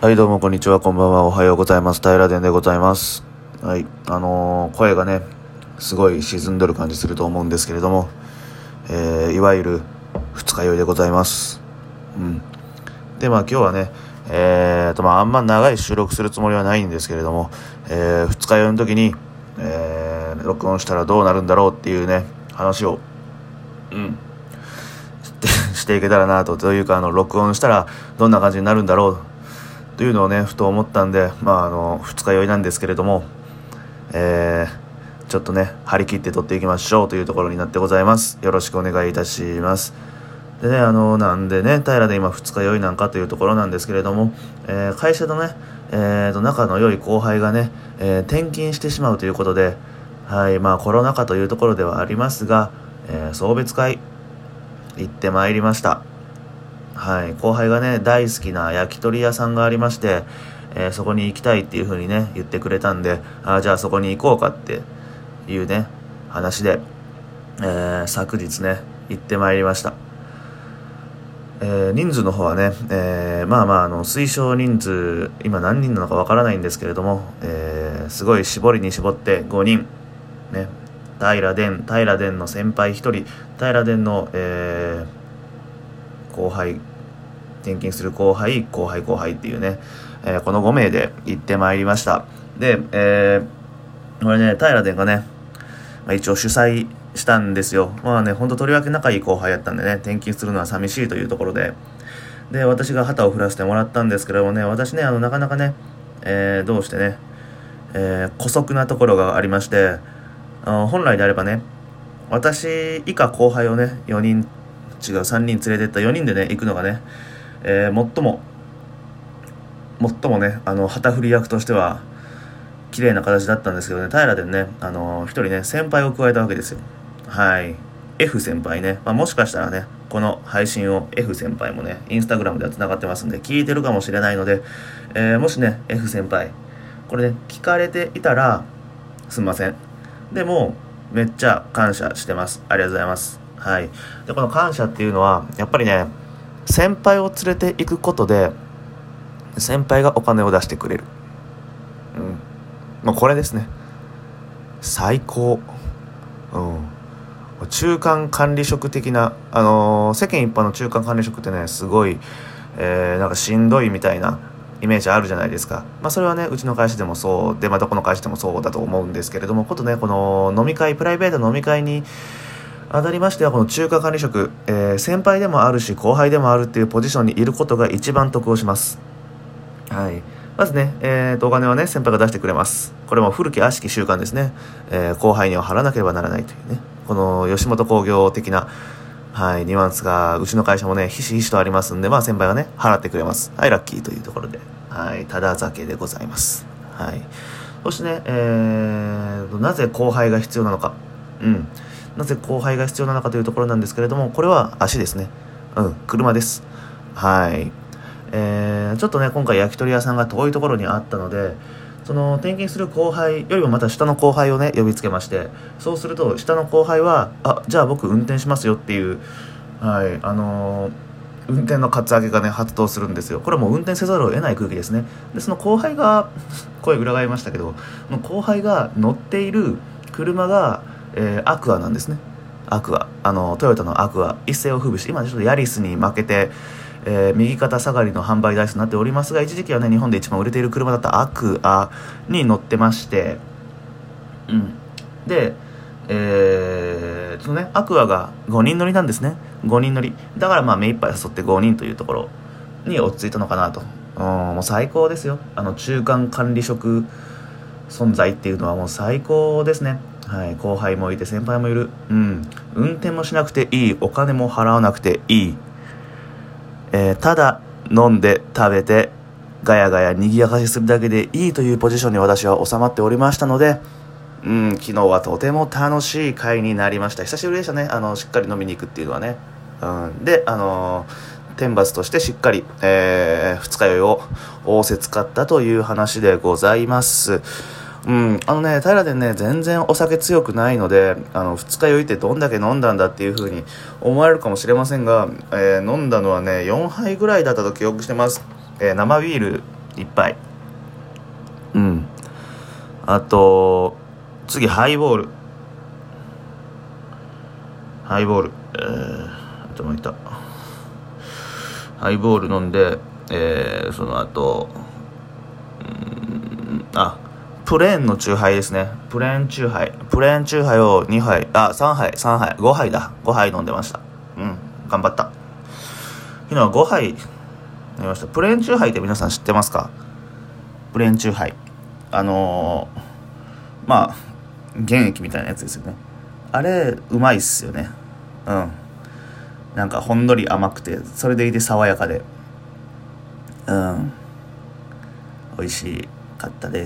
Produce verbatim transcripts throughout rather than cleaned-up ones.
はいどうもこんにちは、こんばんは、おはようございます。平田でございます。はい、あのー、声がねすごい沈んどる感じすると思うんですけれども、えー、いわゆる二日酔いでございます。うんでまあ今日はねえーとまああんま長い収録するつもりはないんですけれども、えー、二日酔いの時に、えー、録音したらどうなるんだろうっていうね話をうんしてしていけたらなとというかあの録音したらどんな感じになるんだろうというのをねふと思ったんで、まああの二日酔いなんですけれども、えー、ちょっとね張り切って撮っていきましょうというところになってございます。よろしくお願いいたします。でねあのなんでね平で今二日酔いなんかというところなんですけれども、えー、会社のね、えー、と仲の良い後輩がね、えー、転勤してしまうということで、はいまあコロナ禍というところではありますが、えー、送別会行ってまいりました。はい、後輩がね大好きな焼き鳥屋さんがありまして、えーそこに行きたいっていう風にね言ってくれたんで、あじゃあそこに行こうかっていうね話で、えー昨日ね行ってまいりました。えー人数の方はね、えーまあまああの推奨人数今何人なのかわからないんですけれども、えーすごい絞りに絞ってごにんね、平伝平伝の先輩ひとり、平伝の、えー後輩転勤する後輩後輩後輩っていうね、えーこのごめいで行ってまいりました。で、えー、これね平伝がね、まあ、一応主催したんですよ。まあねほんととりわけ仲いい後輩やったんでね転勤するのは寂しいというところで、で私が旗を振らせてもらったんですけどもね、私ねあのなかなかね、えー、どうしてね、えー、姑息なところがありまして、あ本来であればね私以下後輩をねよにん違うさんにん連れてったよにんでね行くのがね、えー、最も最もねあの旗振り役としては綺麗な形だったんですけどね、平でねあの一人ね先輩を加えたわけですよ。はい F 先輩ね、まあ、もしかしたらねこの配信を F 先輩もねインスタグラムでは繋がってますんで聞いてるかもしれないので、えー、もしね F 先輩これね聞かれていたらすんません。でもめっちゃ感謝してます。ありがとうございます。はい。でこの感謝っていうのはやっぱりね先輩を連れて行くことで先輩がお金を出してくれる。うんまあこれですね最高。うん中間管理職的な、あのー世間一般の中間管理職ってねすごい、えー、なんかしんどいみたいなイメージあるじゃないですか。まあそれはねうちの会社でもそうで、まあどこの会社でもそうだと思うんですけれども、ことねこの飲み会プライベートの飲み会に当たりましてはこの中間管理職、えー先輩でもあるし後輩でもあるっていうポジションにいることが一番得をします。はい。まずね、えーとお金はね先輩が出してくれます。これも古き悪しき習慣ですね、えー後輩には払わなければならないというね、この吉本興業的なはいニュアンスがうちの会社もねひしひしとありますんで、まあ先輩がね払ってくれます。はいラッキーというところで、はいただ酒でございます。はい。そしてね、えーとなぜ後輩が必要なのか、うんなぜ後輩が必要なのかというところなんですけれども、これは足ですね。うん車です。はい。えー、ちょっとね今回焼き鳥屋さんが遠いところにあったので、その転勤する後輩よりもまた下の後輩をね呼びつけまして、そうすると下の後輩はあじゃあ僕運転しますよっていう、はいあのー運転のカツアゲがね発動するんですよ。これはもう運転せざるを得ない空気ですね。でその後輩が声裏返りましたけど、その後輩が乗っている車が、えーアクアなんですね。アクアあのトヨタのアクア一世を風靡して、今ちょっとヤリスに負けて、えー右肩下がりの販売台数になっておりますが、一時期はね日本で一番売れている車だったアクアに乗ってまして、うんでえー、そのねアクアがごにん乗りなんですね。ごにん乗りだからまあ目いっぱい誘ってごにんというところに落ち着いたのかなと。うんもう最高ですよ。あの中間管理職存在っていうのはもう最高ですね。はい、後輩もいて先輩もいる。うん運転もしなくていい、お金も払わなくていい、えーただ飲んで食べてガヤガヤ賑やかしするだけでいいというポジションに私は収まっておりましたので、うん昨日はとても楽しい会になりました。久しぶりでしたね、あのしっかり飲みに行くっていうのはね。うんであのー天罰としてしっかり、えー二日酔いを仰せつかったという話でございます。うんあのね平でね全然お酒強くないので、あの二日酔いってどんだけ飲んだんだっていう風に思われるかもしれませんが、えー飲んだのはねよんはいぐらいだったと記憶してます。えー生ビール一杯。うんあと次ハイボールハイボールえーあともういたハイボール飲んで、えー、その後うーんあプレーンのチューハイですね。プレーンチューハイプレーンチューハイをにはいあさんはいさんはいごはいだごはい飲んでました。うん頑張った。昨日はごはい飲みました。プレーンチューハイって皆さん知ってますか？プレーンチューハイあのー、まあ原液みたいなやつですよね。あれうまいっすよね。うんなんかほんのり甘くてそれでいて爽やかでうん美味しかったです。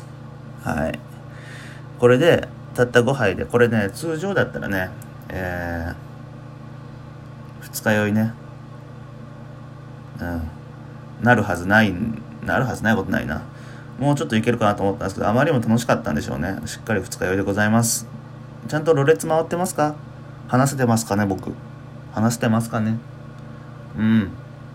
はいこれでたったごはいでこれね通常だったらねえー、二日酔いねうんなるはずないなるはずないことないな。もうちょっといけるかなと思ったんですけどあまりにも楽しかったんでしょうね。しっかり二日酔いでございます。ちゃんとろれつ回ってますか？話せてますかね？僕話してますかね？うん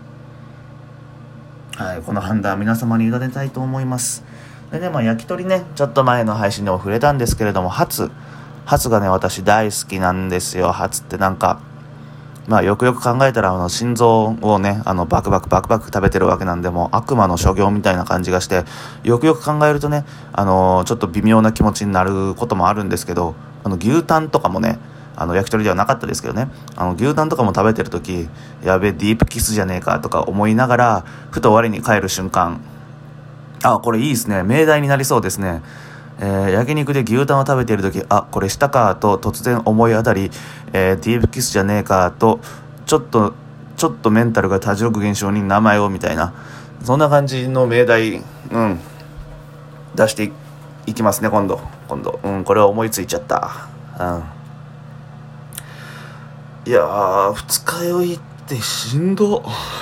はいこの判断は皆様に委ねたいと思います。でねまあ焼き鳥ねちょっと前の配信でも触れたんですけれどもハツハツがね私大好きなんですよ。ハツってなんかまあよくよく考えたらあの心臓をねあのバクバクバクバク食べてるわけなんでもう悪魔の所業みたいな感じがしてよくよく考えるとねあのー、ちょっと微妙な気持ちになることもあるんですけどあの牛タンとかもねあの焼き鳥ではなかったですけどねあの牛タンとかも食べてる時やべえディープキスじゃねえかとか思いながらふと我に返る瞬間あこれいいですね命題になりそうですね。えー、焼肉で牛タンを食べている時あこれしたかと突然思い当たり、えー、ディープキスじゃねえかとちょっとちょっとメンタルが多重力現象に名前をみたいなそんな感じの命題うん出して い, いきますね今度今度うんこれは思いついちゃったうんいやー二日酔いってしんど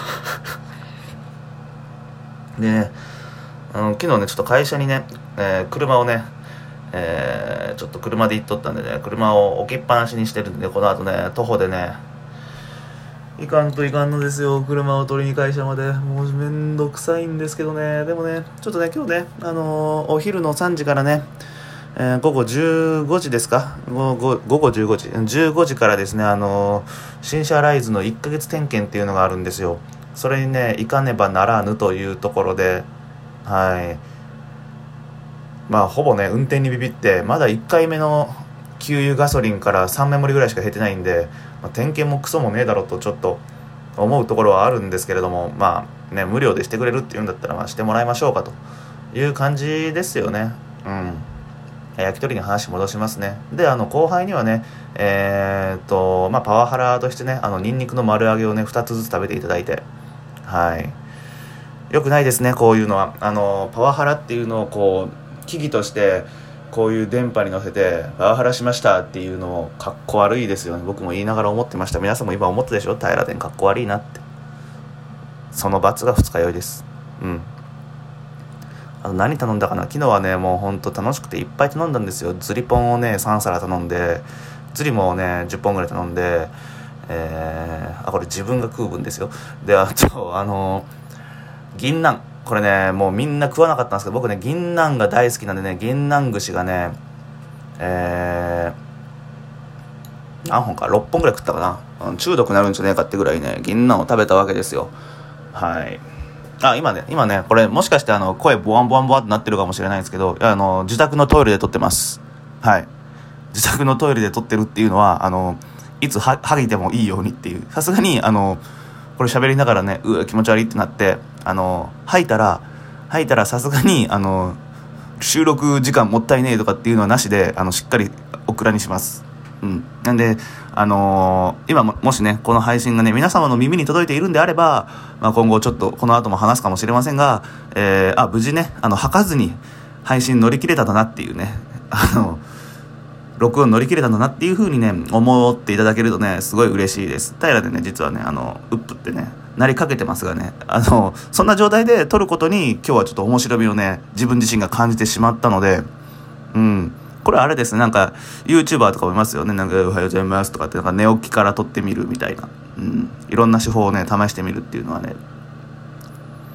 でねあの昨日ねちょっと会社にね、えー、車をね、えー、ちょっと車で行っとったんでね車を置きっぱなしにしてるんでこの後ね徒歩でねいかんといかんのですよ。車を取りに会社までもうめんどくさいんですけどねでもねちょっとね今日ねあのー、お昼のさんじからね、えー、午後じゅうごじですか午後、午後じゅうごじじゅうごじからですねあのー、新車ライズのいっかげつ点検っていうのがあるんですよ。それにね行かねばならぬというところではいまあほぼね運転にビビってまだいっかいめの給油ガソリンからさんメモリぐらいしか減ってないんで、まあ、点検もクソもねえだろうとちょっと思うところはあるんですけれどもまあね無料でしてくれるっていうんだったらまあしてもらいましょうかという感じですよね。うん焼き鳥に話戻しますね。であの後輩にはねえー、っとまあパワハラとしてねあのニンニクの丸揚げをねふたつずつ食べていただいてはいよくないですねこういうのは。あのパワハラっていうのをこう危機としてこういう電波に乗せてパワハラしましたっていうのもかっこ悪いですよね。僕も言いながら思ってました。皆さんも今思ったでしょ平田かっこ悪いなって。その罰が二日酔いです。うんあと何頼んだかな昨日はねもうほんと楽しくていっぱい頼んだんですよ。ズリポンをねさん皿頼んでズリもねじゅっぽんぐらい頼んでえー、あこれ自分が食う分ですよ。であとあの銀杏これねもうみんな食わなかったんですけど僕ね銀杏が大好きなんでね銀杏串がねえー、何本かろっぽんぐらい食ったかな。中毒になるんじゃねえかってぐらいね銀杏を食べたわけですよ。はいあ今ね今ねこれもしかしてあの声ボワンボワンボワンってなってるかもしれないんですけどあの自宅のトイレで撮ってます。はい自宅のトイレで撮ってるっていうのはあのいつは吐いてもいいようにっていうさすがにあのこれ喋りながらねうわ気持ち悪いってなってあの吐いたら吐いたらさすがにあの収録時間もったいねえとかっていうのはなしであのしっかりオクラにします。うんなんであのー、今 も, もしねこの配信がね皆様の耳に届いているんであれば、まあ、今後ちょっとこの後も話すかもしれませんが、えー、あ無事ねあの吐かずに配信乗り切れたんだなっていうねあの録音乗り切れたんだなっていう風にね思っていただけるとねすごい嬉しいです。平でね実はねあのウップってねなりかけてますがねあのそんな状態で撮ることに今日はちょっと面白みをね自分自身が感じてしまったのでうんこれはあれですねなんか YouTuber とかもいますよねなんかおはようございますとかってなんか寝起きから撮ってみるみたいなうんいろんな手法をね試してみるっていうのはね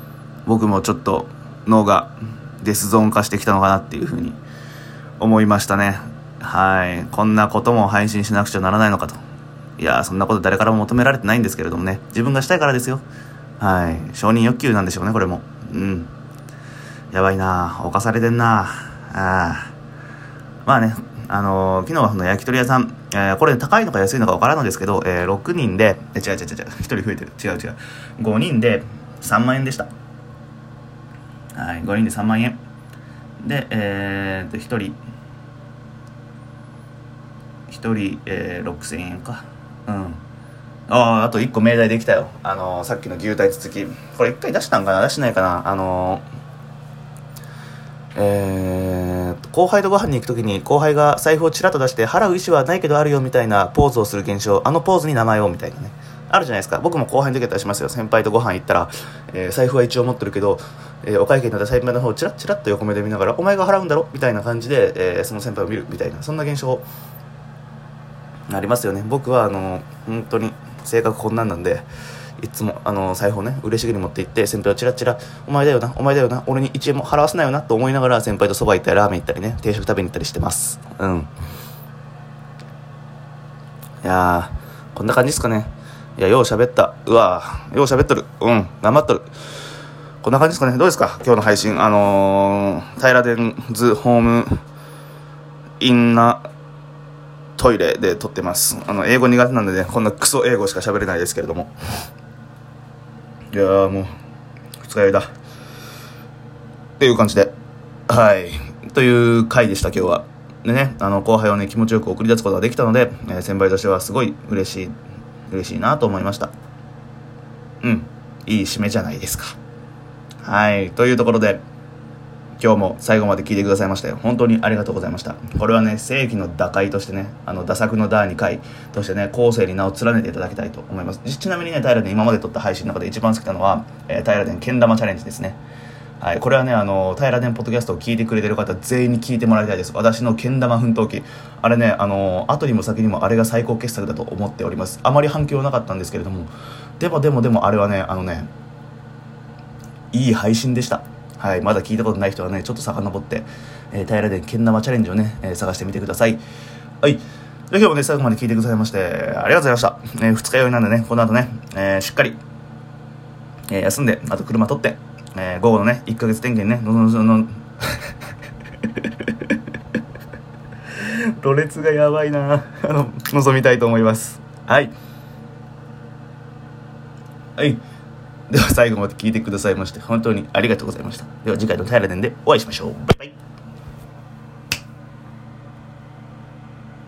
僕もちょっと脳がデスゾーン化してきたのかなっていうふうに思いましたね。はい。こんなことも配信しなくちゃならないのかと。いやー、そんなこと誰からも求められてないんですけれどもね、自分がしたいからですよ。はい。承認欲求なんでしょうね、これも。うん。やばいな、犯されてんな。ああ。まあね、あのー、昨日はその焼き鳥屋さん、えー、これ高いのか安いのか分からんのですけど、えー、ろくにんで、え違う違う違う違う、ひとり増えてる、違う違う、ごにんでさんまん円でした。はい、ごにんでさんまん円で、えーと、ひとりひとり、えー、ろくせんえんか。うん。ああ、あといっこ命題できたよ。あのー、さっきの牛体つつき、これいっかい出したんかな、出してないかな。あのーえー、後輩とご飯に行くときに後輩が財布をちらっと出して払う意思はないけどあるよみたいなポーズをする現象、あのポーズに名前をみたいなね、あるじゃないですか。僕も後輩の時だったりしますよ。先輩とご飯行ったら、えー、財布は一応持ってるけど、えー、お会計になった先輩の方をチラッチラッと横目で見ながらお前が払うんだろみたいな感じで、えー、その先輩を見るみたいな、そんな現象ありますよね。僕はあの本当に性格こんなんなんで、いつもあの財布をね嬉しげに持って行って先輩をチラチラお前だよなお前だよな俺にいちえんも払わせないよなと思いながら先輩とそば行ったりラーメン行ったりね定食食べに行ったりしてます。うん。いやーこんな感じですかね。いやよう喋った。うわよう喋っとる。うん頑張っとる。こんな感じですかね。どうですか今日の配信。あのー、平田ズホームインナトイレで撮ってます。あの英語苦手なんでねこんなクソ英語しか喋れないですけれども、いやーもう二日酔いだっていう感じで、はいという回でした今日は。でね、あの後輩をね気持ちよく送り出すことができたので、えー、先輩としてはすごい嬉しい嬉しいなと思いました。うんいい締めじゃないですか。はいというところで今日も最後まで聞いてくださいましたよ。本当にありがとうございました。これはね正義の打開としてね、あの打作の打に回としてね後世に名を連ねていただきたいと思います。ちなみにね平田今まで撮った配信の中で一番好きなのは、えー、平田けん玉チャレンジですね。はい、これはねあの平田ポッドキャストを聞いてくれてる方全員に聞いてもらいたいです。私のけん玉奮闘記、あれねあの後にも先にもあれが最高傑作だと思っております。あまり反響なかったんですけれども、でもでもでもあれはねあのねいい配信でした。はい、まだ聞いたことない人はねちょっと遡って、えー、平田けん玉チャレンジをね、えー、探してみてください。はい、今日もね最後まで聞いてくださいましてありがとうございました。えー、二日酔いなんでねこの後ね、えー、しっかり、えー、休んであと車取って、えー、午後のねいっかげつ点検ねののののろれつがやばいなあの望みたいと思います。はいはいでは最後まで聞いてくださいまして本当にありがとうございました。では次回の平田でお会いしましょう。バイバイ。